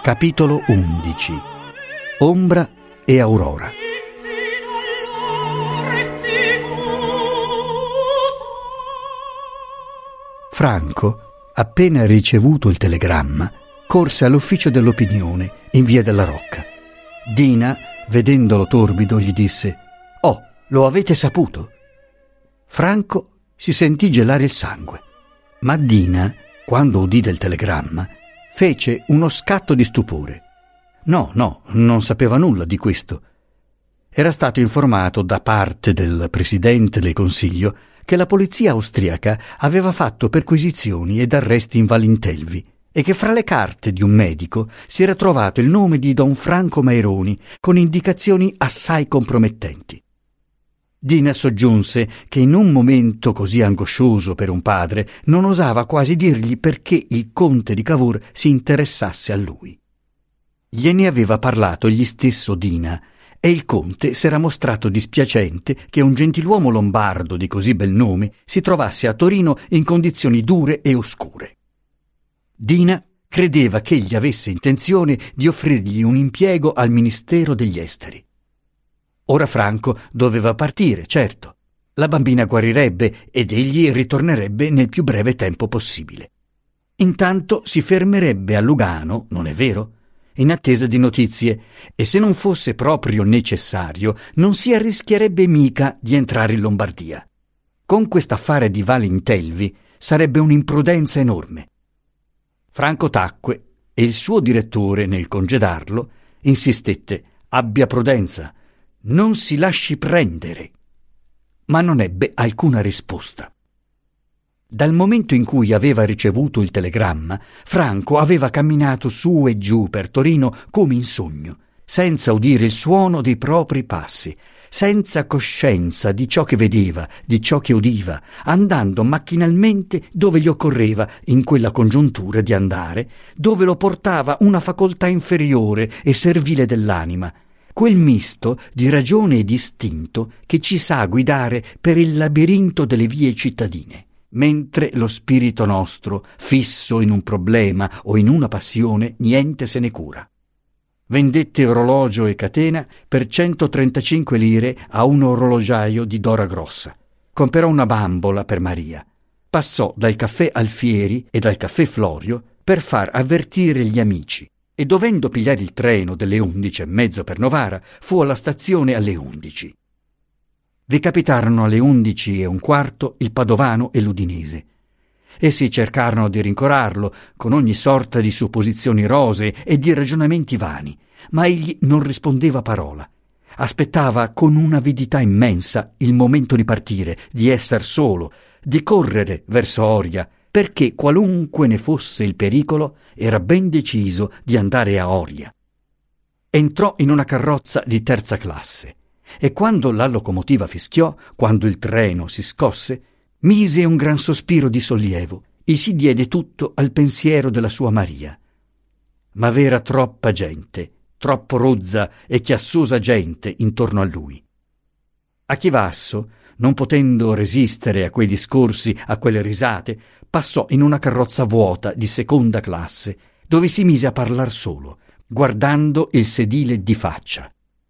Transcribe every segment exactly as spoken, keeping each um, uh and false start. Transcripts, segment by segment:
Capitolo undici. Ombra e Aurora. Franco, appena ricevuto il telegramma, corse all'ufficio dell'opinione in via della Rocca. Dina, vedendolo torbido, gli disse: «Oh, lo avete saputo?» Franco si sentì gelare il sangue, ma Dina, quando udì del telegramma, fece uno scatto di stupore. No, no, non sapeva nulla di questo. Era stato informato da parte del presidente del Consiglio che la polizia austriaca aveva fatto perquisizioni ed arresti in Valintelvi e che fra le carte di un medico si era trovato il nome di don Franco Maironi con indicazioni assai compromettenti. Dina soggiunse che in un momento così angoscioso per un padre non osava quasi dirgli perché il conte di Cavour si interessasse a lui. Gliene aveva parlato egli stesso Dina, e il conte s'era mostrato dispiacente che un gentiluomo lombardo di così bel nome si trovasse a Torino in condizioni dure e oscure. Dina credeva che egli avesse intenzione di offrirgli un impiego al Ministero degli Esteri. Ora Franco doveva partire, certo. La bambina guarirebbe ed egli ritornerebbe nel più breve tempo possibile. Intanto si fermerebbe a Lugano, non è vero? In attesa di notizie, e se non fosse proprio necessario, non si arrischierebbe mica di entrare in Lombardia. Con quest'affare di Valintelvi sarebbe un'imprudenza enorme. Franco tacque e il suo direttore, nel congedarlo, insistette: abbia prudenza, non si lasci prendere. Ma non ebbe alcuna risposta. Dal momento in cui aveva ricevuto il telegramma, Franco aveva camminato su e giù per Torino come in sogno, senza udire il suono dei propri passi, senza coscienza di ciò che vedeva, di ciò che udiva, andando macchinalmente dove gli occorreva in quella congiuntura di andare, dove lo portava una facoltà inferiore e servile dell'anima, quel misto di ragione e di istinto che ci sa guidare per il labirinto delle vie cittadine. Mentre lo spirito nostro, fisso in un problema o in una passione, niente se ne cura. Vendette orologio e catena per centotrentacinque lire a un orologiaio di Dora Grossa. Comperò una bambola per Maria. Passò dal caffè Alfieri e dal caffè Florio per far avvertire gli amici e, dovendo pigliare il treno delle undici e mezzo per Novara, fu alla stazione alle undici. Vi capitarono alle undici e un quarto il padovano e l'udinese. Essi cercarono di rincorarlo con ogni sorta di supposizioni rosee e di ragionamenti vani, ma egli non rispondeva parola. Aspettava con un'avidità immensa il momento di partire, di esser solo, di correre verso Oria, perché qualunque ne fosse il pericolo era ben deciso di andare a Oria. Entrò in una carrozza di terza classe. E quando la locomotiva fischiò, quando il treno si scosse, mise un gran sospiro di sollievo e si diede tutto al pensiero della sua Maria. Ma v'era troppa gente, troppo rozza e chiassosa gente intorno a lui. A Chivasso, non potendo resistere a quei discorsi, a quelle risate, passò in una carrozza vuota di seconda classe, dove si mise a parlar solo, guardando il sedile di faccia.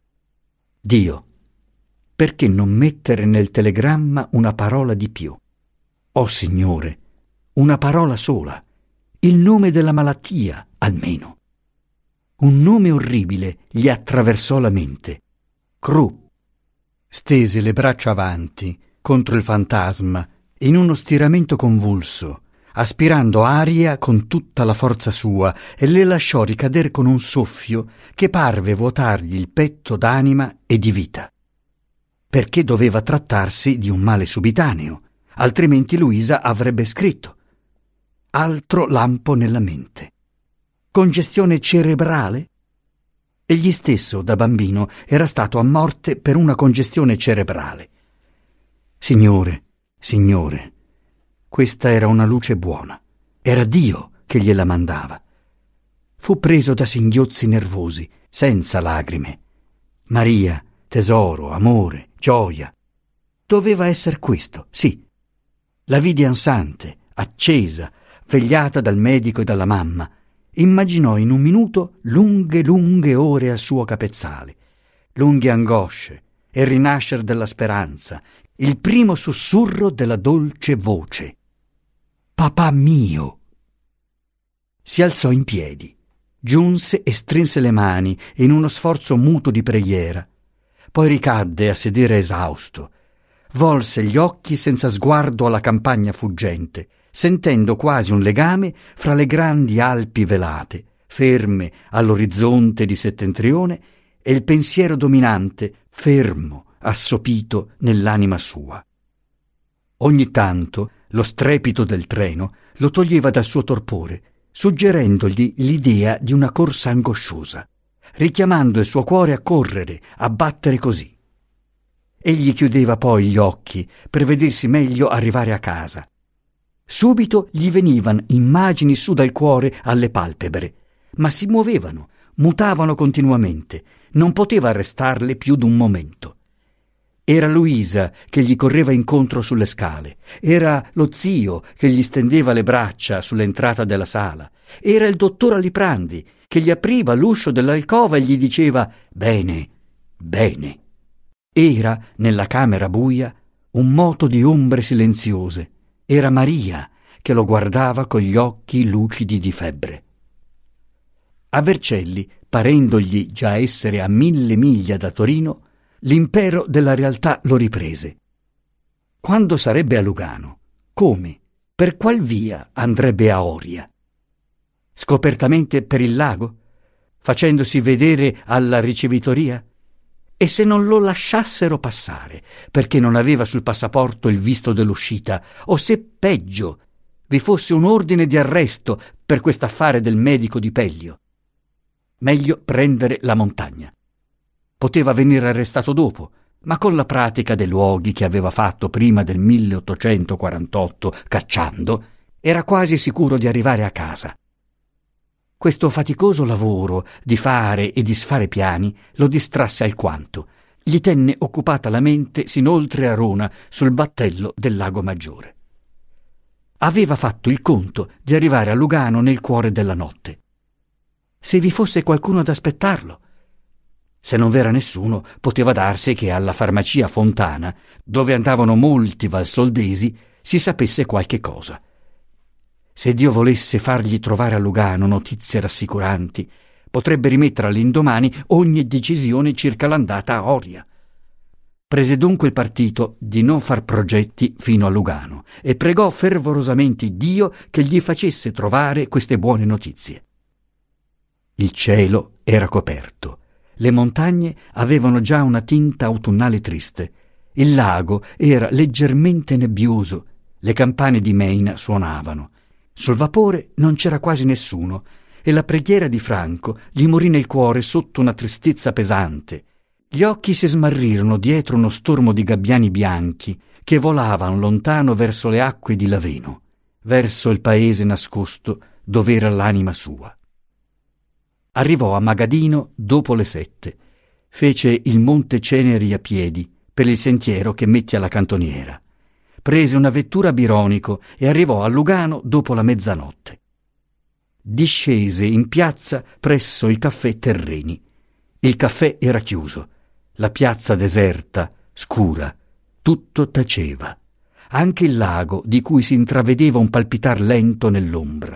Dio, perché non mettere nel telegramma una parola di più? Oh Signore, una parola sola, il nome della malattia, almeno. Un nome orribile gli attraversò la mente. Krupp. Stese le braccia avanti contro il fantasma in uno stiramento convulso, aspirando aria con tutta la forza sua, e le lasciò ricader con un soffio che parve vuotargli il petto d'anima e di vita. Perché doveva trattarsi di un male subitaneo, altrimenti Luisa avrebbe scritto. Altro lampo nella mente. Congestione cerebrale? Egli stesso, da bambino, era stato a morte per una congestione cerebrale. Signore, Signore, questa era una luce buona. Era Dio che gliela mandava. Fu preso da singhiozzi nervosi, senza lagrime. Maria, tesoro, amore, gioia. Doveva esser questo, sì. La vide ansante, accesa, vegliata dal medico e dalla mamma, immaginò in un minuto lunghe, lunghe ore al suo capezzale, lunghe angosce e il rinascere della speranza, il primo sussurro della dolce voce. Papà mio! Si alzò in piedi, giunse e strinse le mani in uno sforzo muto di preghiera. Poi ricadde a sedere esausto. Volse gli occhi senza sguardo alla campagna fuggente, sentendo quasi un legame fra le grandi Alpi velate, ferme all'orizzonte di settentrione, e il pensiero dominante, fermo, assopito nell'anima sua. Ogni tanto lo strepito del treno lo toglieva dal suo torpore, suggerendogli l'idea di una corsa angosciosa, richiamando il suo cuore a correre, a battere così. Egli chiudeva poi gli occhi per vedersi meglio arrivare a casa. Subito gli venivano immagini su dal cuore alle palpebre, ma si muovevano, mutavano continuamente, non poteva arrestarle più d'un momento. Era Luisa che gli correva incontro sulle scale, era lo zio che gli stendeva le braccia sull'entrata della sala, era il dottor Aliprandi che gli apriva l'uscio dell'alcova e gli diceva «Bene, bene». Era, nella camera buia, un moto di ombre silenziose. Era Maria che lo guardava con gli occhi lucidi di febbre. A Vercelli, parendogli già essere a mille miglia da Torino, l'impero della realtà lo riprese. Quando sarebbe a Lugano? Come? Per qual via andrebbe a Oria? Scopertamente per il lago? Facendosi vedere alla ricevitoria? E se non lo lasciassero passare, perché non aveva sul passaporto il visto dell'uscita, o se, peggio, vi fosse un ordine di arresto per quest'affare del medico di Pellio? Meglio prendere la montagna. Poteva venire arrestato dopo, ma con la pratica dei luoghi che aveva fatto prima del milleottocentoquarantotto cacciando, era quasi sicuro di arrivare a casa. Questo faticoso lavoro di fare e disfare piani lo distrasse alquanto, gli tenne occupata la mente sin oltre Arona sul battello del Lago Maggiore. Aveva fatto il conto di arrivare a Lugano nel cuore della notte. Se vi fosse qualcuno ad aspettarlo. Se non v'era nessuno, poteva darsi che alla farmacia Fontana, dove andavano molti valsoldesi, si sapesse qualche cosa. Se Dio volesse fargli trovare a Lugano notizie rassicuranti, potrebbe rimettere all'indomani ogni decisione circa l'andata a Oria. Prese dunque il partito di non far progetti fino a Lugano e pregò fervorosamente Dio che gli facesse trovare queste buone notizie. Il cielo era coperto, le montagne avevano già una tinta autunnale triste, il lago era leggermente nebbioso, le campane di Meina suonavano. Sul vapore non c'era quasi nessuno e la preghiera di Franco gli morì nel cuore sotto una tristezza pesante. Gli occhi si smarrirono dietro uno stormo di gabbiani bianchi che volavano lontano verso le acque di Laveno, verso il paese nascosto dove era l'anima sua. Arrivò a Magadino dopo le sette. Fece il Monte Ceneri a piedi per il sentiero che mette alla cantoniera. Prese una vettura a Bironico e arrivò a Lugano dopo la mezzanotte. Discese in piazza presso il caffè Terreni. Il caffè era chiuso, la piazza deserta, scura, tutto taceva, anche il lago di cui si intravedeva un palpitar lento nell'ombra.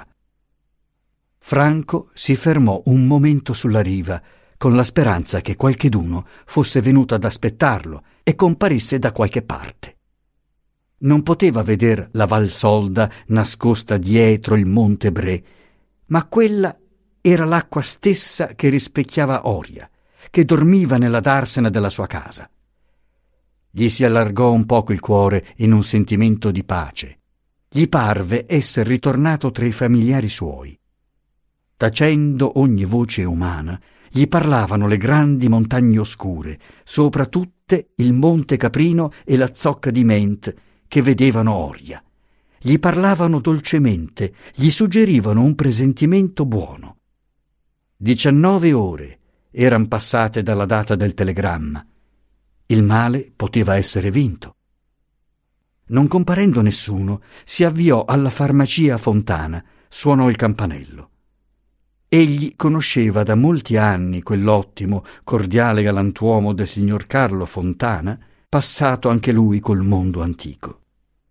Franco si fermò un momento sulla riva, con la speranza che qualcheduno fosse venuto ad aspettarlo e comparisse da qualche parte. Non poteva veder la Valsolda nascosta dietro il Monte Bre, ma quella era l'acqua stessa che rispecchiava Oria, che dormiva nella darsena della sua casa. Gli si allargò un poco il cuore in un sentimento di pace. Gli parve esser ritornato tra i familiari suoi. Tacendo ogni voce umana, gli parlavano le grandi montagne oscure, sopra tutte il Monte Caprino e la zocca di Ment, che vedevano Oria. Gli parlavano dolcemente, gli suggerivano un presentimento buono. Diciannove ore eran passate dalla data del telegramma. Il male poteva essere vinto. Non comparendo nessuno, si avviò alla farmacia Fontana, suonò il campanello. Egli conosceva da molti anni quell'ottimo, cordiale galantuomo del signor Carlo Fontana, passato anche lui col mondo antico.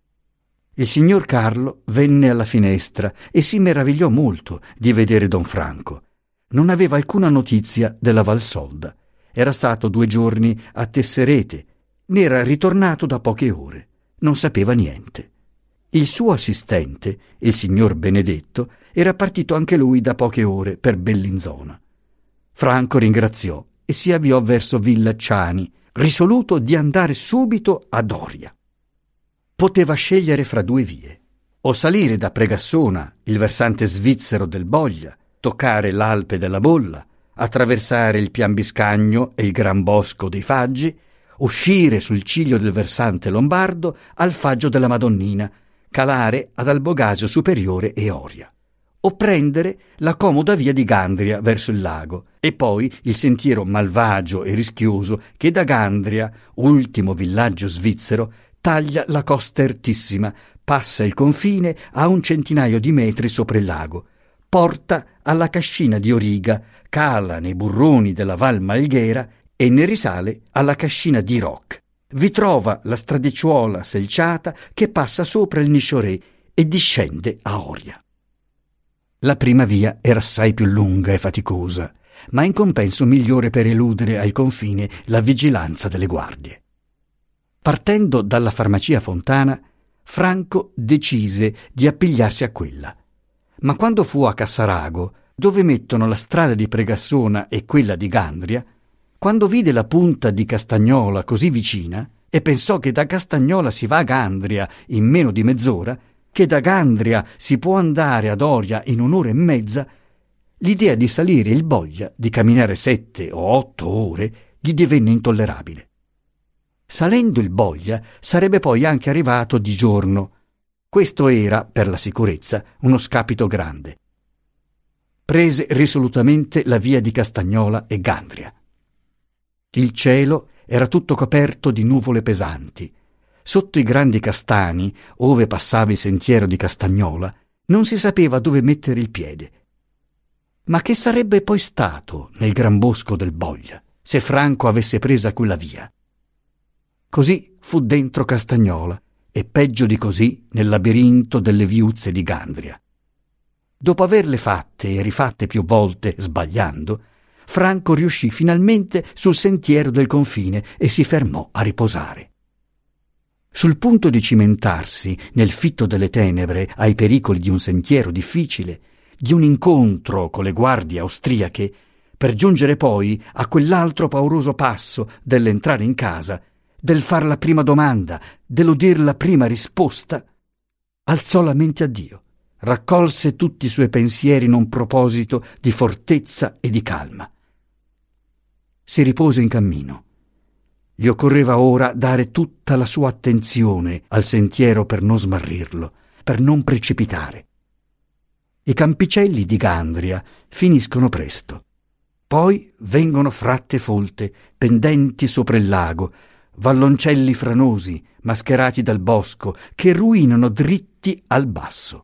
Il signor Carlo venne alla finestra e si meravigliò molto di vedere don Franco. Non aveva alcuna notizia della Valsolda. Era stato due giorni a Tesserete, ne era ritornato da poche ore. Non sapeva niente. Il suo assistente, il signor Benedetto, era partito anche lui da poche ore per Bellinzona. Franco ringraziò e si avviò verso Villa Ciani, risoluto di andare subito a Doria. Poteva scegliere fra due vie: o salire da Pregassona, il versante svizzero del Boglia, toccare l'Alpe della Bolla, attraversare il Piambiscagno e il Gran Bosco dei Faggi, uscire sul ciglio del versante lombardo al Faggio della Madonnina, calare ad Albogasio Superiore e Oria, o prendere la comoda via di Gandria verso il lago e poi il sentiero malvagio e rischioso che da Gandria, ultimo villaggio svizzero, taglia la costa ertissima, passa il confine a un centinaio di metri sopra il lago, porta alla cascina di Origa, cala nei burroni della Val Malghera e ne risale alla cascina di Roc. Vi trova la stradicciuola selciata che passa sopra il Nisciorè e discende a Oria. La prima via era assai più lunga e faticosa, ma in compenso migliore per eludere al confine la vigilanza delle guardie. Partendo dalla farmacia Fontana, Franco decise di appigliarsi a quella. Ma quando fu a Cassarago, dove mettono la strada di Pregassona e quella di Gandria, quando vide la punta di Castagnola così vicina e pensò che da Castagnola si va a Gandria in meno di mezz'ora, che da Gandria si può andare ad Oria in un'ora e mezza, l'idea di salire il Boglia, di camminare sette o otto ore, gli divenne intollerabile. Salendo il Boglia sarebbe poi anche arrivato di giorno. Questo era, per la sicurezza, uno scapito grande. Prese risolutamente la via di Castagnola e Gandria. Il cielo era tutto coperto di nuvole pesanti. Sotto i grandi castani, ove passava il sentiero di Castagnola, non si sapeva dove mettere il piede. Ma che sarebbe poi stato nel gran bosco del Boglia se Franco avesse presa quella via? Così fu dentro Castagnola e peggio di così nel labirinto delle viuzze di Gandria. Dopo averle fatte e rifatte più volte sbagliando, Franco riuscì finalmente sul sentiero del confine e si fermò a riposare. Sul punto di cimentarsi nel fitto delle tenebre ai pericoli di un sentiero difficile, di un incontro con le guardie austriache, per giungere poi a quell'altro pauroso passo dell'entrare in casa, del far la prima domanda, dell'udir la prima risposta, alzò la mente a Dio, raccolse tutti i suoi pensieri in un proposito di fortezza e di calma. Si ripose in cammino. Gli occorreva ora dare tutta la sua attenzione al sentiero per non smarrirlo, per non precipitare. I campicelli di Gandria finiscono presto. Poi vengono fratte folte, pendenti sopra il lago, valloncelli franosi, mascherati dal bosco, che ruinano dritti al basso.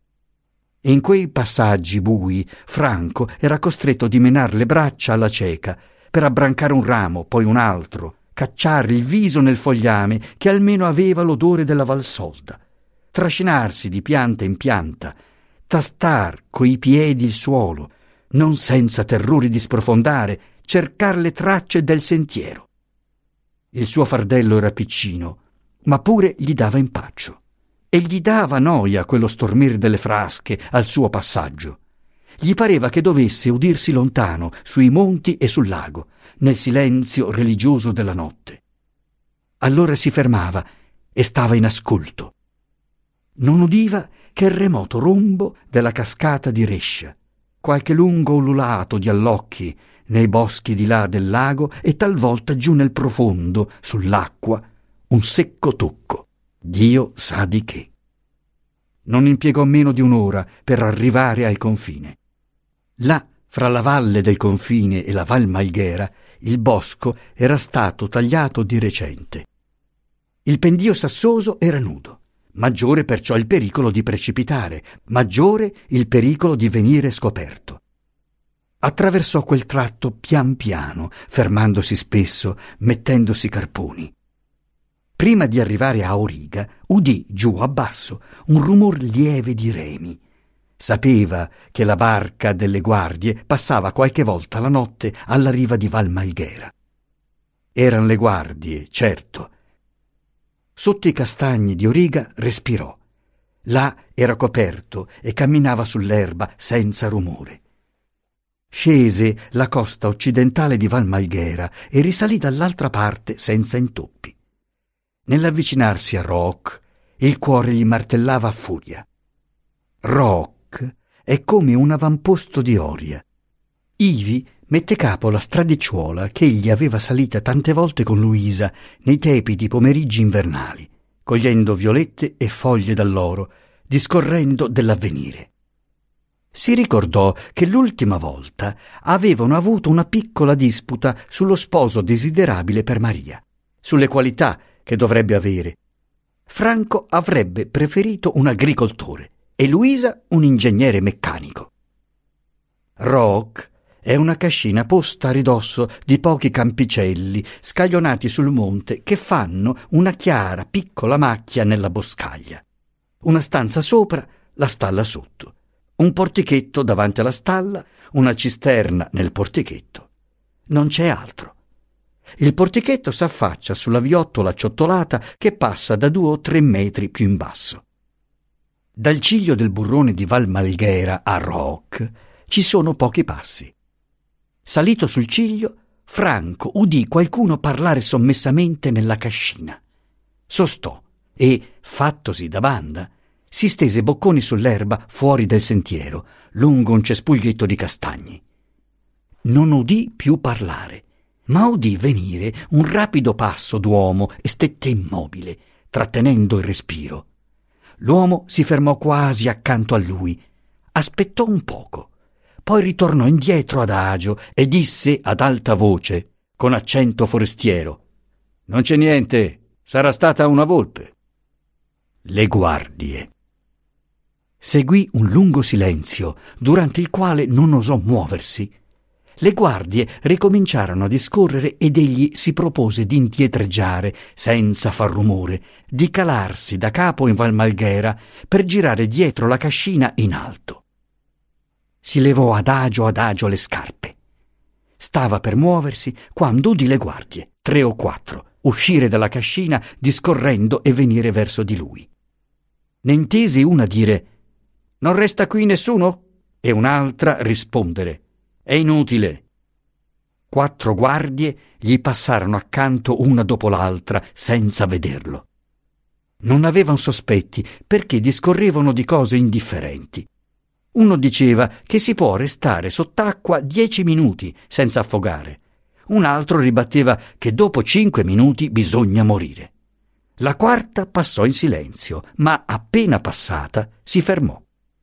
E in quei passaggi bui Franco era costretto a dimenar le braccia alla cieca per abbrancare un ramo, poi un altro, cacciare il viso nel fogliame che almeno aveva l'odore della Valsolda, trascinarsi di pianta in pianta, tastar coi piedi il suolo, non senza terrori di sprofondare, cercar le tracce del sentiero. Il suo fardello era piccino, ma pure gli dava impaccio. E gli dava noia quello stormir delle frasche al suo passaggio. Gli pareva che dovesse udirsi lontano, sui monti e sul lago, nel silenzio religioso della notte. Allora si fermava e stava in ascolto. Non udiva che il remoto rombo della cascata di Rescia, qualche lungo ululato di allocchi nei boschi di là del lago e talvolta giù nel profondo, sull'acqua, un secco tocco. Dio sa di che. Non impiegò meno di un'ora per arrivare al confine. Là, fra la valle del confine e la Val Malghera, il bosco era stato tagliato di recente. Il pendio sassoso era nudo, maggiore perciò il pericolo di precipitare, maggiore il pericolo di venire scoperto. Attraversò quel tratto pian piano, fermandosi spesso, mettendosi carponi. Prima di arrivare a Auriga, udì giù a basso un rumor lieve di remi. Sapeva che la barca delle guardie passava qualche volta la notte alla riva di Val Malghera. Eran le guardie, certo. Sotto i castagni di Auriga respirò. Là era coperto e camminava sull'erba senza rumore. Scese la costa occidentale di Val Malghera e risalì dall'altra parte senza intoppi. Nell'avvicinarsi a Roc, il cuore gli martellava a furia. Roc è come un avamposto di Oria. Ivi mette capo alla stradicciuola che egli aveva salita tante volte con Luisa nei tepidi pomeriggi invernali, cogliendo violette e foglie d'alloro, discorrendo dell'avvenire. Si ricordò che l'ultima volta avevano avuto una piccola disputa sullo sposo desiderabile per Maria, sulle qualità che dovrebbe avere. Franco avrebbe preferito un agricoltore e Luisa un ingegnere meccanico. Roc è una cascina posta a ridosso di pochi campicelli scaglionati sul monte che fanno una chiara piccola macchia nella boscaglia. Una stanza sopra, la stalla sotto. Un portichetto davanti alla stalla, una cisterna nel portichetto. Non c'è altro. Il portichetto s'affaccia sulla viottola ciottolata che passa da due o tre metri più in basso. Dal ciglio del burrone di Val Malghera a Roc ci sono pochi passi. Salito sul ciglio, Franco udì qualcuno parlare sommessamente nella cascina. Sostò e, fattosi da banda, si stese bocconi sull'erba fuori del sentiero, lungo un cespuglietto di castagni. Non udì più parlare, ma udì venire un rapido passo d'uomo e stette immobile, trattenendo il respiro. L'uomo si fermò quasi accanto a lui, aspettò un poco, poi ritornò indietro adagio e disse ad alta voce, con accento forestiero: «Non c'è niente, sarà stata una volpe». Le guardie. Seguì un lungo silenzio, durante il quale non osò muoversi. Le guardie ricominciarono a discorrere ed egli si propose di indietreggiare, senza far rumore, di calarsi da capo in Val Malghera per girare dietro la cascina in alto. Si levò adagio adagio le scarpe. Stava per muoversi quando udì le guardie, tre o quattro, uscire dalla cascina discorrendo e venire verso di lui. Ne intese una dire: «Non resta qui nessuno?» e un'altra rispondere: «È inutile». Quattro guardie gli passarono accanto una dopo l'altra senza vederlo. Non avevano sospetti perché discorrevano di cose indifferenti. Uno diceva che si può restare sott'acqua dieci minuti senza affogare. Un altro ribatteva che dopo cinque minuti bisogna morire. La quarta passò in silenzio, ma appena passata si fermò.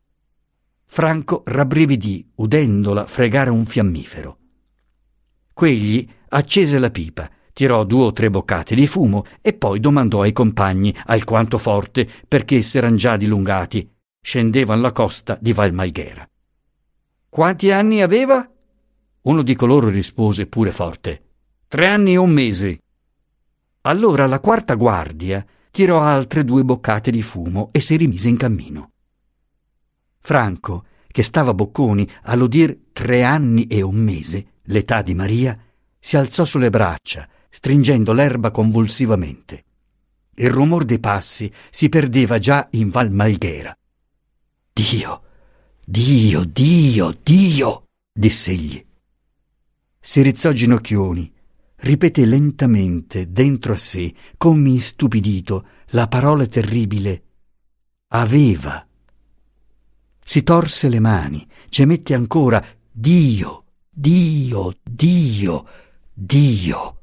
Franco rabbrividì udendola fregare un fiammifero. Quegli accese la pipa, tirò due o tre boccate di fumo e poi domandò ai compagni, alquanto forte perché s'eran già dilungati, scendevan la costa di Val Malghera. «Quanti anni aveva?» Uno di coloro rispose pure forte: «Tre anni e un mese». Allora la quarta guardia tirò altre due boccate di fumo e si rimise in cammino. Franco, che stava bocconi all'udir tre anni e un mese, l'età di Maria, si alzò sulle braccia, stringendo l'erba convulsivamente. Il rumor dei passi si perdeva già in Val Malghera. «Dio, Dio, Dio, Dio!» diss'egli. Si rizzò ginocchioni, ripeté lentamente dentro a sé, come istupidito, la parola terribile: «aveva». Si torse le mani, gemette ancora: «Dio, Dio, Dio, Dio».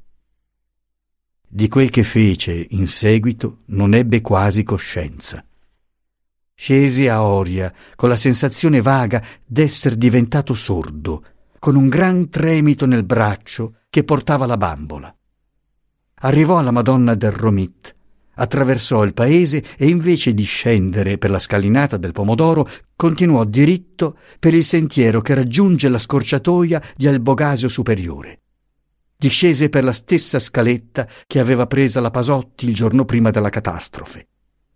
Di quel che fece in seguito non ebbe quasi coscienza. Scesi a Oria con la sensazione vaga d'esser diventato sordo, con un gran tremito nel braccio che portava la bambola. Arrivò alla Madonna del Romit, attraversò il paese e invece di scendere per la scalinata del Pomodoro continuò diritto per il sentiero che raggiunge la scorciatoia di Albogasio Superiore. Discese per la stessa scaletta che aveva presa la Pasotti il giorno prima della catastrofe.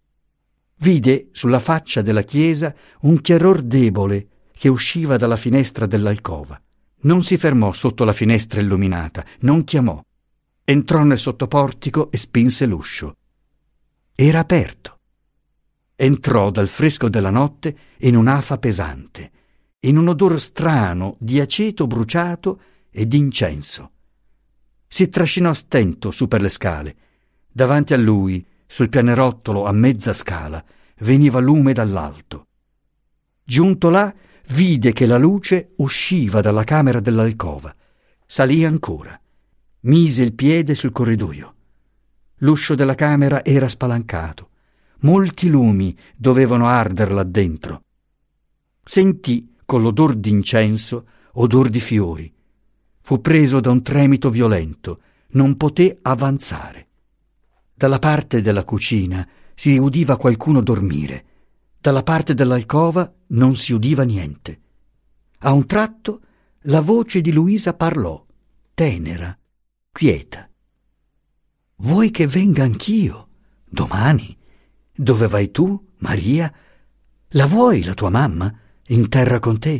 Vide sulla faccia della chiesa un chiaror debole che usciva dalla finestra dell'alcova. Non si fermò sotto la finestra illuminata, non chiamò. Entrò nel sottoportico e spinse l'uscio. Era aperto. Entrò dal fresco della notte in un'afa pesante, in un odor strano di aceto bruciato e di incenso. Si trascinò a stento su per le scale. Davanti a lui, sul pianerottolo a mezza scala, veniva lume dall'alto. Giunto là, vide che la luce usciva dalla camera dell'alcova. Salì ancora. Mise il piede sul corridoio. L'uscio della camera era spalancato. Molti lumi dovevano ardere là dentro. Sentì, con l'odor d'incenso, odor di fiori. Fu preso da un tremito violento. Non poté avanzare. Dalla parte della cucina si udiva qualcuno dormire. Dalla parte dell'alcova non si udiva niente. A un tratto la voce di Luisa parlò, tenera, quieta. «Vuoi che venga anch'io? Domani? Dove vai tu, Maria? La vuoi la tua mamma in terra con te?»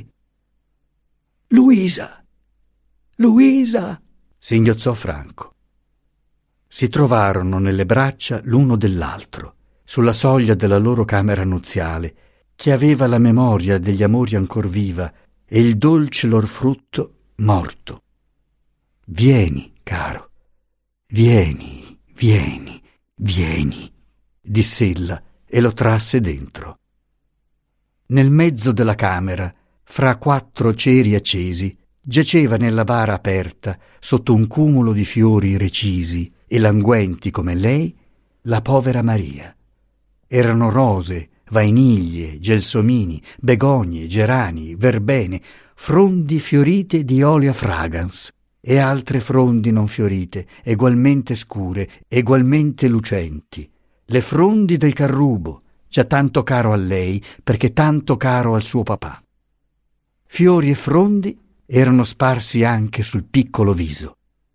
«Luisa! Luisa!» singhiozzò Franco. Si trovarono nelle braccia l'uno dell'altro, sulla soglia della loro camera nuziale, che aveva la memoria degli amori ancor viva e il dolce lor frutto morto. «Vieni, caro, vieni, vieni, vieni», diss'ella e lo trasse dentro. Nel mezzo della camera, fra quattro ceri accesi, giaceva nella bara aperta, sotto un cumulo di fiori recisi e languenti come lei, la povera Maria. Erano rose, vainiglie, gelsomini, begonie, gerani, verbene, frondi fiorite di olea fragans e altre frondi non fiorite, egualmente scure, egualmente lucenti, le frondi del carrubo, già tanto caro a lei perché tanto caro al suo papà. Fiori e frondi erano sparsi anche sul piccolo viso.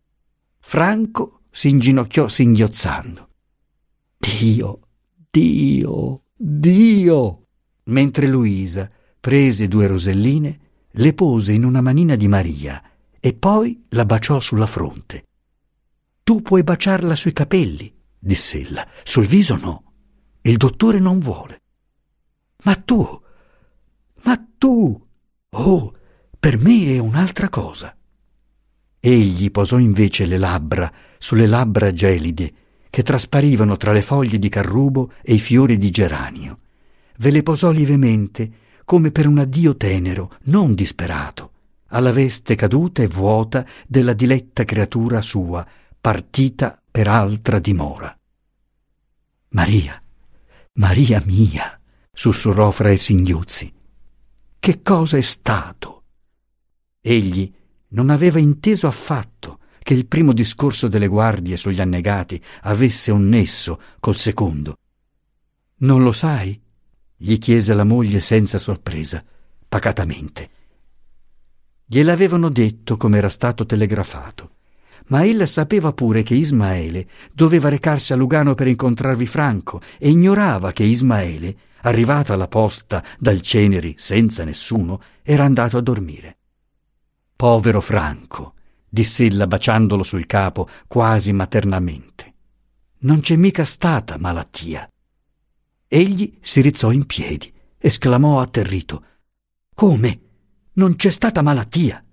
Franco si inginocchiò singhiozzando. «Dio, Dio, Dio!» mentre Luisa prese due roselline, le pose in una manina di Maria e poi la baciò sulla fronte. «Tu puoi baciarla sui capelli», diss'ella, «sul viso no. Il dottore non vuole». «Ma tu, ma tu, oh, per me è un'altra cosa». Egli posò invece le labbra sulle labbra gelide che trasparivano tra le foglie di carrubo e i fiori di geranio. Ve le posò lievemente, come per un addio tenero, non disperato, alla veste caduta e vuota della diletta creatura sua, partita per altra dimora. «Maria, Maria mia», sussurrò fra i singhiozzi, «che cosa è stato?» Egli non aveva inteso affatto che il primo discorso delle guardie sugli annegati avesse un nesso col secondo. «Non lo sai?» gli chiese la moglie senza sorpresa, pacatamente. Gliel'avevano detto come era stato telegrafato, ma ella sapeva pure che Ismaele doveva recarsi a Lugano per incontrarvi Franco e ignorava che Ismaele, arrivata la posta dal Ceneri senza nessuno, era andato a dormire. «Povero Franco», diss'ella baciandolo sul capo quasi maternamente. «Non c'è mica stata malattia». Egli si rizzò in piedi, esclamò atterrito: «Come? Non c'è stata malattia?»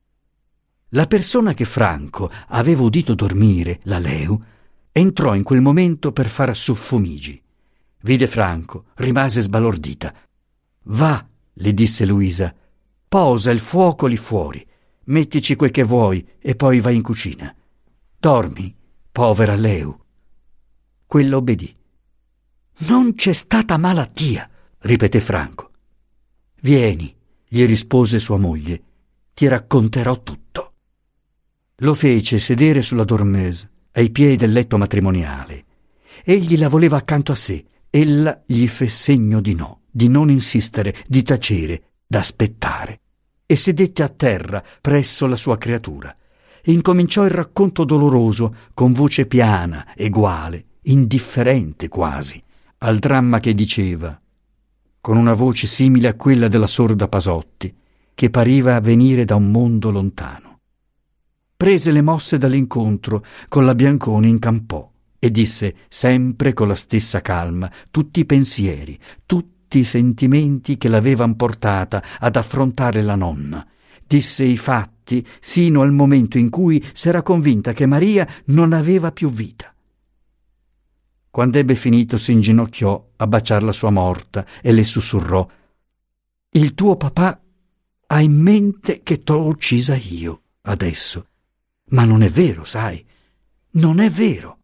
La persona che Franco aveva udito dormire, la Leu, entrò in quel momento per far suffumigi. Vide Franco, rimase sbalordita. «Va», le disse Luisa, «posa il fuoco lì fuori. Mettici quel che vuoi e poi vai in cucina. Dormi, povera Leu». Quella obbedì. «Non c'è stata malattia», ripeté Franco. «Vieni», gli rispose sua moglie, «ti racconterò tutto». Lo fece sedere sulla dormeuse, ai piedi del letto matrimoniale, Egli la voleva accanto a sé. Ella gli fe segno di no, di non insistere, di tacere, d'aspettare. E sedette a terra presso la sua creatura. Incominciò il racconto doloroso con voce piana, eguale, indifferente quasi, al dramma che diceva, con una voce simile a quella della sorda Pasotti, che pareva venire da un mondo lontano. Prese le mosse dall'incontro, con la Bianconi incampò e disse, sempre con la stessa calma, tutti i pensieri, tutti i sentimenti che l'avevan portata ad affrontare la nonna. Disse i fatti sino al momento in cui s'era convinta che Maria non aveva più vita. Quando ebbe finito si inginocchiò a baciar la sua morta e le sussurrò: «Il tuo papà ha in mente che t'ho uccisa io, adesso. Ma non è vero, sai, non è vero».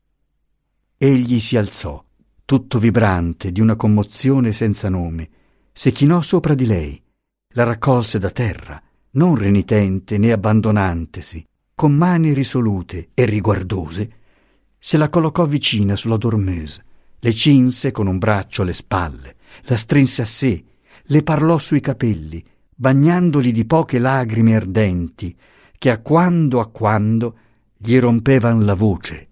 Egli si alzò, tutto vibrante di una commozione senza nome, si chinò sopra di lei, la raccolse da terra, non renitente né abbandonantesi, con mani risolute e riguardose, se la collocò vicina sulla dormeuse, le cinse con un braccio alle spalle, la strinse a sé, le parlò sui capelli, bagnandoli di poche lagrime ardenti che a quando a quando gli rompevan la voce.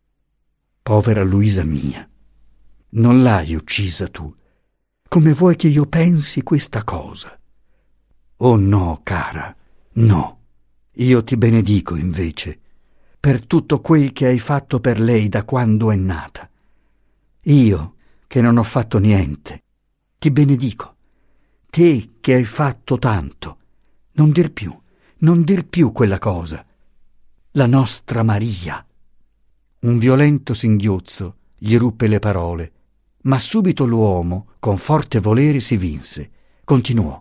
«Povera Luisa mia, non l'hai uccisa tu. Come vuoi che io pensi questa cosa? Oh no, cara, no. Io ti benedico invece per tutto quel che hai fatto per lei da quando è nata. Io, che non ho fatto niente, ti benedico. Te che hai fatto tanto. Non dir più, non dir più quella cosa. La nostra Maria». Un violento singhiozzo gli ruppe le parole, ma subito l'uomo, con forte volere, si vinse. Continuò: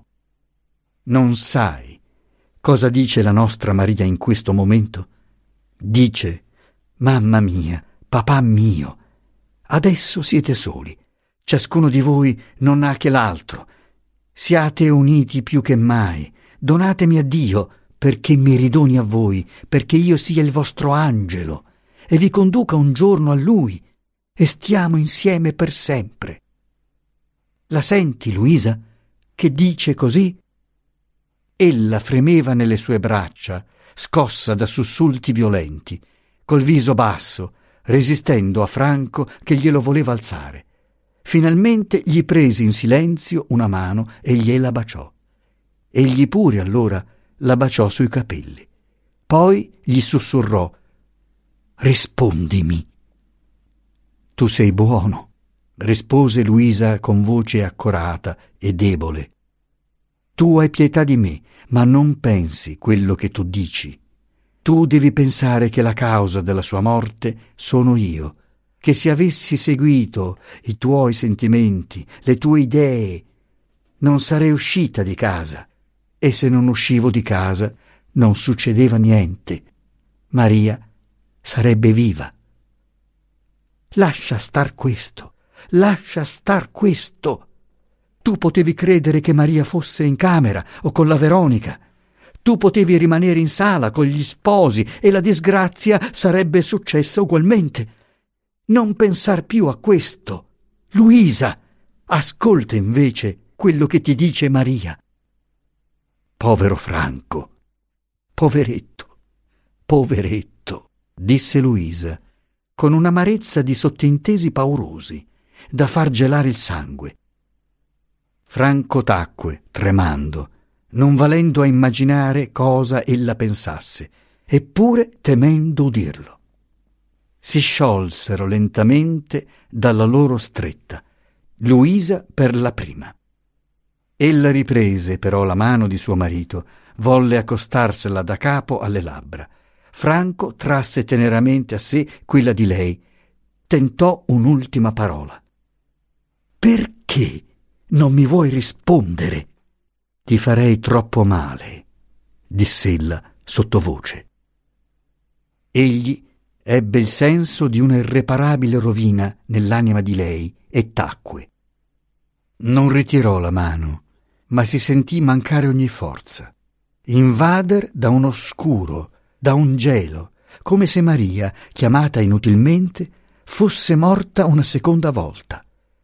«Non sai cosa dice la nostra Maria in questo momento? Dice: mamma mia, papà mio, adesso siete soli, ciascuno di voi non ha che l'altro. Siate uniti più che mai, donatemi a Dio perché mi ridoni a voi, perché io sia il vostro angelo e vi conduca un giorno a Lui e stiamo insieme per sempre». La senti, Luisa, che dice così? Ella fremeva nelle sue braccia, scossa da sussulti violenti, col viso basso, resistendo a Franco che glielo voleva alzare. Finalmente gli prese in silenzio una mano e gliela baciò. Egli pure allora la baciò sui capelli. Poi gli sussurrò: «Rispondimi». «Tu sei buono», rispose Luisa con voce accorata e debole. «Tu hai pietà di me, ma non pensi quello che tu dici. Tu devi pensare che la causa della sua morte sono io, che se avessi seguito i tuoi sentimenti, le tue idee, non sarei uscita di casa, e se non uscivo di casa non succedeva niente. Maria sarebbe viva. Lascia star questo, lascia star questo. Tu potevi credere che Maria fosse in camera o con la Veronica. Tu potevi rimanere in sala con gli sposi e la disgrazia sarebbe successa ugualmente. Non pensar più a questo. Luisa, ascolta invece quello che ti dice Maria». «Povero Franco, poveretto, poveretto», disse Luisa, con un'amarezza di sottintesi paurosi, da far gelare il sangue. Franco tacque, tremando, non valendo a immaginare cosa ella pensasse, eppure temendo udirlo. Si sciolsero lentamente dalla loro stretta, Luisa per la prima. Ella riprese però la mano di suo marito, volle accostarsela da capo alle labbra. Franco trasse teneramente a sé quella di lei, tentò un'ultima parola. «Perché non mi vuoi rispondere?» «Ti farei troppo male», diss'ella sottovoce. Egli ebbe il senso di una irreparabile rovina nell'anima di lei e tacque. Non ritirò la mano, ma si sentì mancare ogni forza, invader da un oscuro, da un gelo, come se Maria, chiamata inutilmente, fosse morta una seconda volta.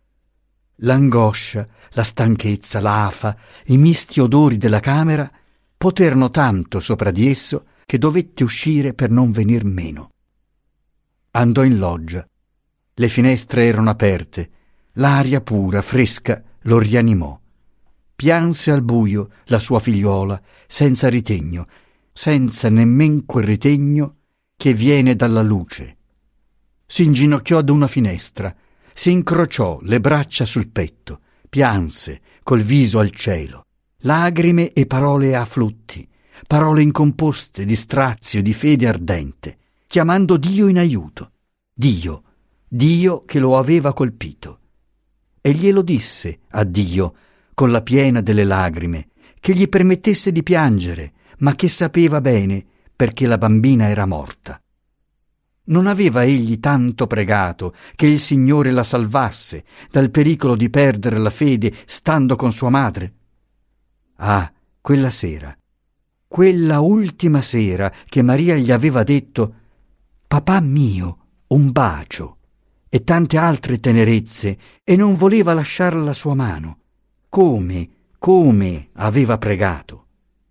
L'angoscia, la stanchezza, l'afa, i misti odori della camera poterono tanto sopra di esso che dovette uscire per non venir meno. Andò in loggia. Le finestre erano aperte, l'aria pura, fresca, lo rianimò. Pianse al buio la sua figliuola, senza ritegno, senza nemmen quel ritegno che viene dalla luce. Si inginocchiò ad una finestra, si incrociò le braccia sul petto, pianse col viso al cielo, lagrime e parole a flutti, parole incomposte di strazio, di fede ardente, chiamando Dio in aiuto, Dio, Dio che lo aveva colpito. E glielo disse a Dio, con la piena delle lagrime, che gli permettesse di piangere, ma che sapeva bene perché la bambina era morta. Non aveva egli tanto pregato che il Signore la salvasse dal pericolo di perdere la fede stando con sua madre? Ah, quella sera, quella ultima sera che Maria gli aveva detto «Papà mio, un bacio», e tante altre tenerezze, e non voleva lasciar la sua mano. Come, come aveva pregato.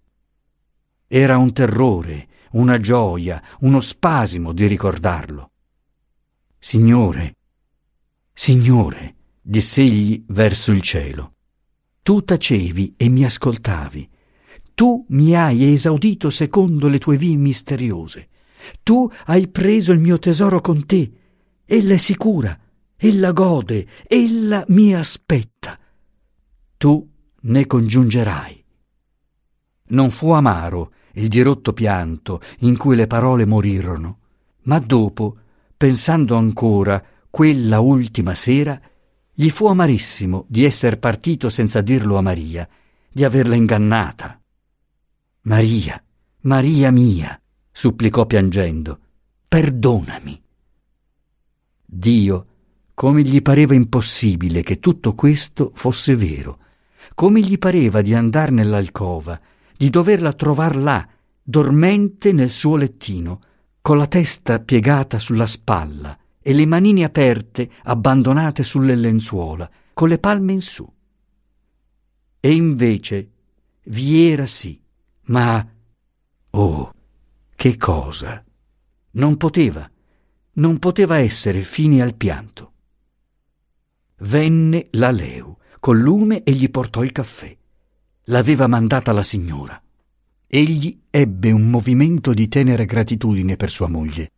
Era un terrore, una gioia, uno spasimo di ricordarlo. «Signore, Signore», diss'egli verso il cielo, «tu tacevi e mi ascoltavi. Tu mi hai esaudito secondo le tue vie misteriose. Tu hai preso il mio tesoro con te. Ella è sicura, ella gode, ella mi aspetta. Tu ne congiungerai». Non fu amaro il dirotto pianto in cui le parole morirono, ma dopo, pensando ancora quella ultima sera, gli fu amarissimo di esser partito senza dirlo a Maria, di averla ingannata. «Maria, Maria mia», supplicò piangendo, «perdonami». Dio, come gli pareva impossibile che tutto questo fosse vero, come gli pareva di andar nell'alcova, di doverla trovar là, dormente nel suo lettino, con la testa piegata sulla spalla e le manine aperte, abbandonate sulle lenzuola, con le palme in su. E invece vi era sì, ma, oh, che cosa! Non poteva, non poteva essere fine al pianto. Venne la Leu col lume e gli portò il caffè. L'aveva mandata la signora. Egli ebbe un movimento di tenera gratitudine per sua moglie.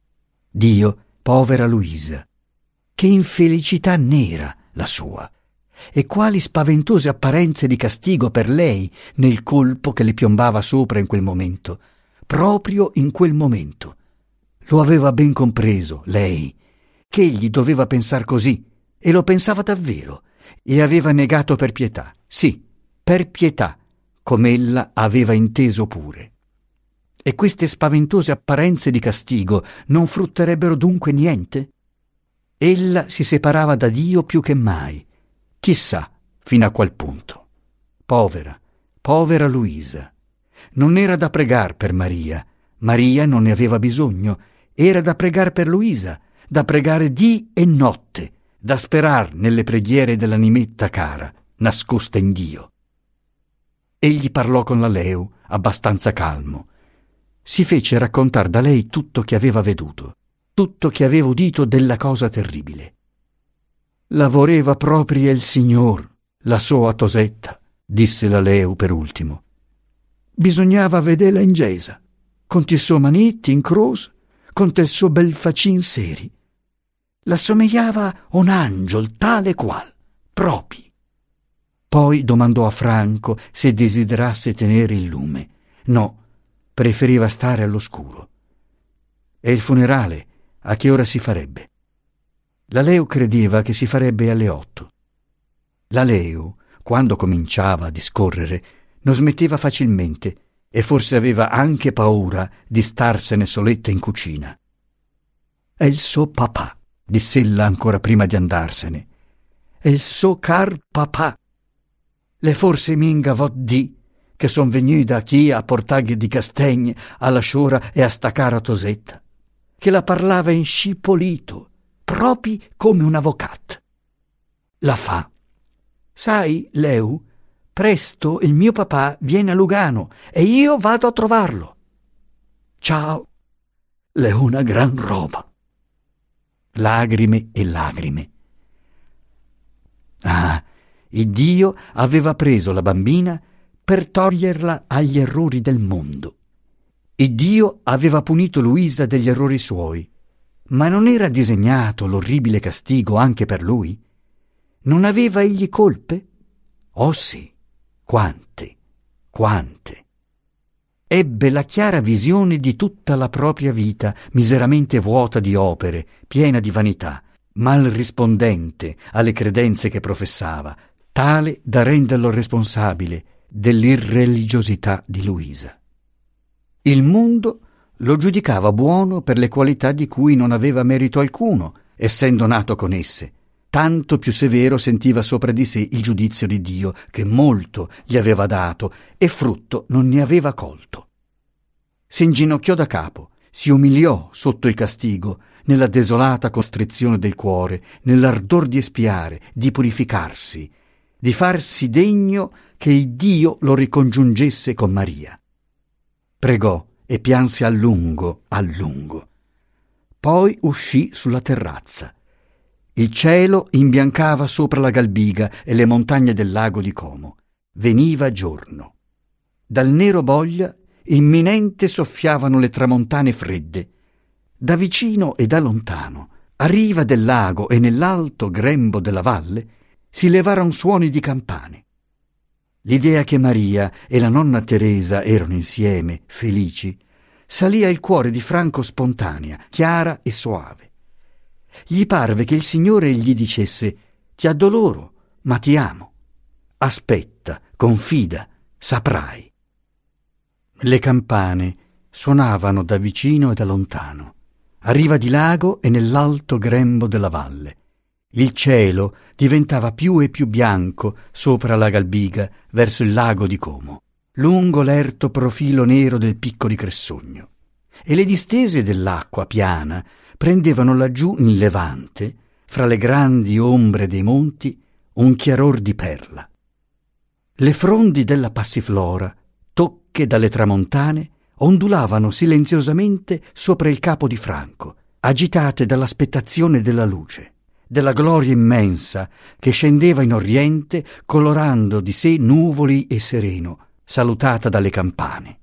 Dio, povera Luisa, che infelicità nera la sua, e quali spaventose apparenze di castigo per lei nel colpo che le piombava sopra in quel momento, proprio in quel momento. Lo aveva ben compreso, lei, che egli doveva pensar così, e lo pensava davvero, e aveva negato per pietà, sì, per pietà, com'ella aveva inteso pure. E queste spaventose apparenze di castigo non frutterebbero dunque niente? Ella si separava da Dio più che mai, chissà fino a qual punto. Povera, povera Luisa. Non era da pregar per Maria, Maria non ne aveva bisogno, era da pregar per Luisa, da pregare dì e notte, da sperar nelle preghiere dell'animetta cara, nascosta in Dio. Egli parlò con la Leu, abbastanza calmo. Si fece raccontar da lei tutto che aveva veduto, tutto che aveva udito della cosa terribile. «La voreva proprio il Signor, la sua Tosetta», disse la Leu per ultimo. «Bisognava vederla in gesa, con te suoi manetti in croce, con te suo bel facin seri. La somigliava un angiol tale qual, proprio». Poi domandò a Franco se desiderasse tenere il lume. No, preferiva stare all'oscuro. E il funerale, a che ora si farebbe? La Leu credeva che si farebbe alle otto. La Leu, quando cominciava a discorrere, non smetteva facilmente e forse aveva anche paura di starsene soletta in cucina. «È il suo papà», diss'ella ancora prima di andarsene. «È il suo car papà. Le forse minga vot di che son venuta chi a portagli di castagne alla sciora e a staccare a Tosetta, che la parlava in scipolito, proprio come un avvocato. La fa. Sai, Leu, presto il mio papà viene a Lugano e io vado a trovarlo. Ciao, le una gran roba. Lagrime e lagrime. Ah, il Dio aveva preso la bambina per toglierla agli errori del mondo. Il Dio aveva punito Luisa degli errori suoi, ma non era disegnato l'orribile castigo anche per lui? Non aveva egli colpe? Oh sì, quante, quante. Ebbe la chiara visione di tutta la propria vita, miseramente vuota di opere, piena di vanità, mal rispondente alle credenze che professava, tale da renderlo responsabile dell'irreligiosità di Luisa. Il mondo lo giudicava buono per le qualità di cui non aveva merito alcuno, essendo nato con esse. Tanto più severo sentiva sopra di sé il giudizio di Dio, che molto gli aveva dato e frutto non ne aveva colto. Si inginocchiò da capo, si umiliò sotto il castigo, nella desolata costrizione del cuore, nell'ardor di espiare, di purificarsi, di farsi degno che il Dio lo ricongiungesse con Maria. Pregò e pianse a lungo, a lungo. Poi uscì sulla terrazza. Il cielo imbiancava sopra la Galbiga e le montagne del lago di Como. Veniva giorno. Dal nero Boglia imminente soffiavano le tramontane fredde. Da vicino e da lontano, a riva del lago e nell'alto grembo della valle, si levarono suoni di campane. L'idea che Maria e la nonna Teresa erano insieme, felici, salì al cuore di Franco spontanea, chiara e soave. Gli parve che il Signore gli dicesse: ti addoloro, ma ti amo. Aspetta, confida, saprai. Le campane suonavano da vicino e da lontano, a riva di lago e nell'alto grembo della valle. Il cielo diventava più e più bianco sopra la Galbiga verso il lago di Como, lungo l'erto profilo nero del Picco di Cressogno, e le distese dell'acqua piana prendevano laggiù in levante, fra le grandi ombre dei monti, un chiaror di perla. Le frondi della passiflora, tocche dalle tramontane, ondulavano silenziosamente sopra il capo di Franco, agitate dall'aspettazione della luce, della gloria immensa che scendeva in oriente colorando di sé nuvoli e sereno, salutata dalle campane.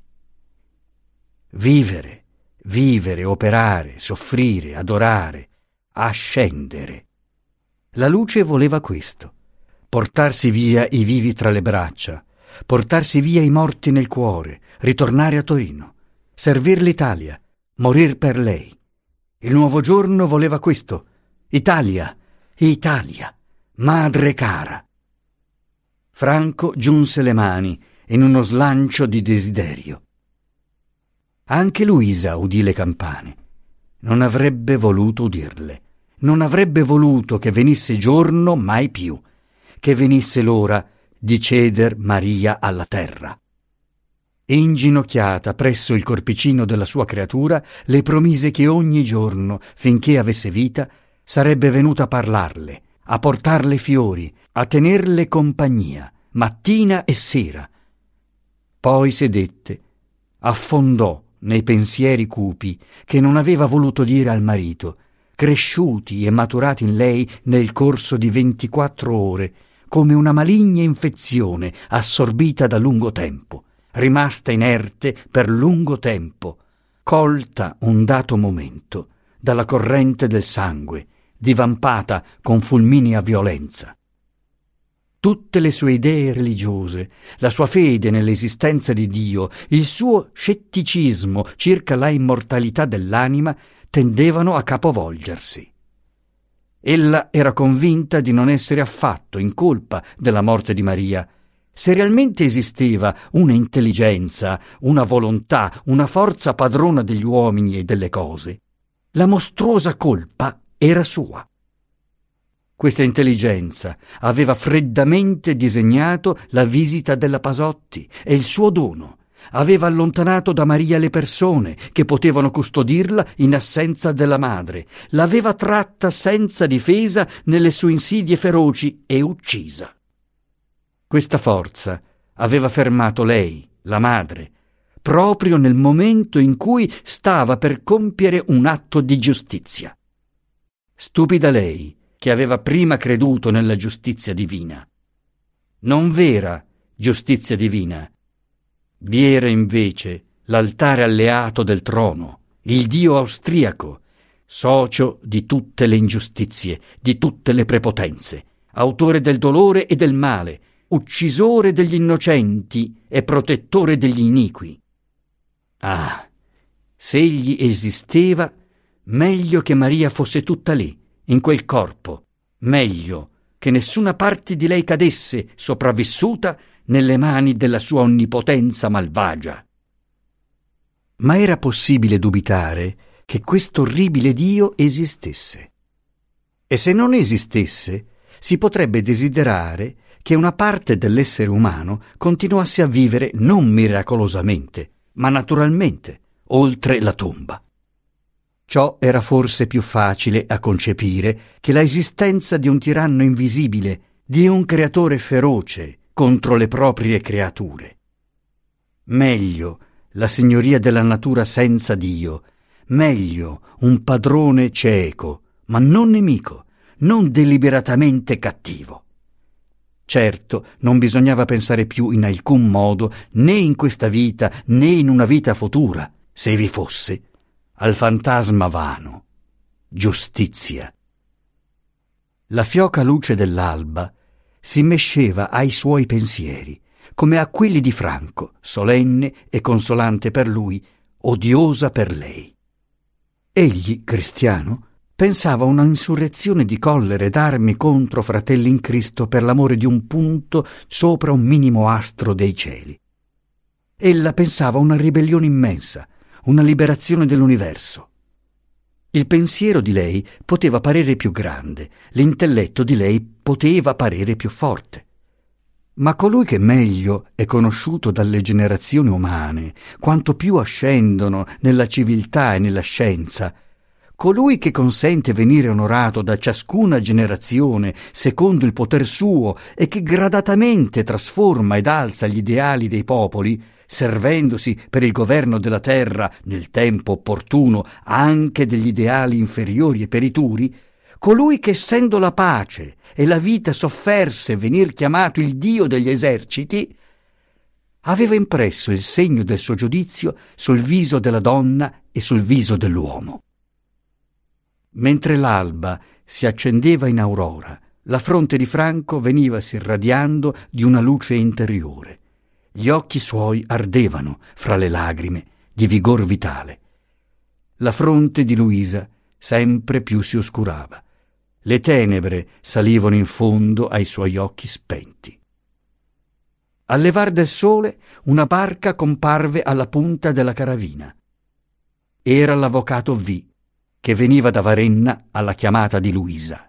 Vivere, vivere, operare, soffrire, adorare, ascendere. La luce voleva questo: portarsi via i vivi tra le braccia, portarsi via i morti nel cuore, ritornare a Torino, servir l'Italia, morir per lei. Il nuovo giorno voleva questo: Italia, Italia, madre cara. Franco giunse le mani in uno slancio di desiderio. Anche Luisa udì le campane. Non avrebbe voluto udirle. Non avrebbe voluto che venisse giorno mai più, che venisse l'ora di ceder Maria alla terra. Inginocchiata presso il corpicino della sua creatura, le promise che ogni giorno, finché avesse vita, sarebbe venuta a parlarle, a portarle fiori, a tenerle compagnia, mattina e sera. Poi sedette, affondò nei pensieri cupi che non aveva voluto dire al marito, cresciuti e maturati in lei nel corso di ventiquattro ore, come una maligna infezione assorbita da lungo tempo, rimasta inerte per lungo tempo, colta un dato momento dalla corrente del sangue, divampata con fulminea violenza. Tutte le sue idee religiose, la sua fede nell'esistenza di Dio, il suo scetticismo circa la immortalità dell'anima tendevano a capovolgersi. Ella era convinta di non essere affatto in colpa della morte di Maria. Se realmente esisteva una intelligenza, una volontà, una forza padrona degli uomini e delle cose, la mostruosa colpa era sua. Questa intelligenza aveva freddamente disegnato la visita della Pasotti e il suo dono, aveva allontanato da Maria le persone che potevano custodirla in assenza della madre, l'aveva tratta senza difesa nelle sue insidie feroci e uccisa. Questa forza aveva fermato lei, la madre, proprio nel momento in cui stava per compiere un atto di giustizia. Stupida lei, che aveva prima creduto nella giustizia divina. Non vera giustizia divina. Vi era invece l'altare alleato del trono, il dio austriaco, socio di tutte le ingiustizie, di tutte le prepotenze, autore del dolore e del male, uccisore degli innocenti e protettore degli iniqui. Ah, se egli esisteva, meglio che Maria fosse tutta lì, in quel corpo, meglio che nessuna parte di lei cadesse sopravvissuta nelle mani della sua onnipotenza malvagia. Ma era possibile dubitare che questo orribile Dio esistesse? E se non esistesse, si potrebbe desiderare che una parte dell'essere umano continuasse a vivere non miracolosamente, ma naturalmente, oltre la tomba. Ciò era forse più facile a concepire che la esistenza di un tiranno invisibile, di un creatore feroce contro le proprie creature. Meglio la signoria della natura senza Dio, meglio un padrone cieco, ma non nemico, non deliberatamente cattivo. Certo, non bisognava pensare più in alcun modo, né in questa vita, né in una vita futura, se vi fosse, al fantasma vano, giustizia. La fioca luce dell'alba si mesceva ai suoi pensieri, come a quelli di Franco, solenne e consolante per lui, odiosa per lei. Egli, cristiano, pensava a una insurrezione di collere e d'armi contro fratelli in Cristo per l'amore di un punto sopra un minimo astro dei cieli. Ella pensava a una ribellione immensa, una liberazione dell'universo. Il pensiero di lei poteva parere più grande, l'intelletto di lei poteva parere più forte. Ma colui che meglio è conosciuto dalle generazioni umane, quanto più ascendono nella civiltà e nella scienza, colui che consente venire onorato da ciascuna generazione secondo il poter suo e che gradatamente trasforma ed alza gli ideali dei popoli, servendosi per il governo della terra nel tempo opportuno anche degli ideali inferiori e perituri, colui che essendo la pace e la vita sofferse venir chiamato il Dio degli eserciti, aveva impresso il segno del suo giudizio sul viso della donna e sul viso dell'uomo. Mentre l'alba si accendeva in aurora, la fronte di Franco venivasi irradiando di una luce interiore. Gli occhi suoi ardevano fra le lagrime di vigor vitale. La fronte di Luisa sempre più si oscurava. Le tenebre salivano in fondo ai suoi occhi spenti. Al levar del sole una barca comparve alla punta della caravina. Era l'avvocato V, che veniva da Varenna alla chiamata di Luisa.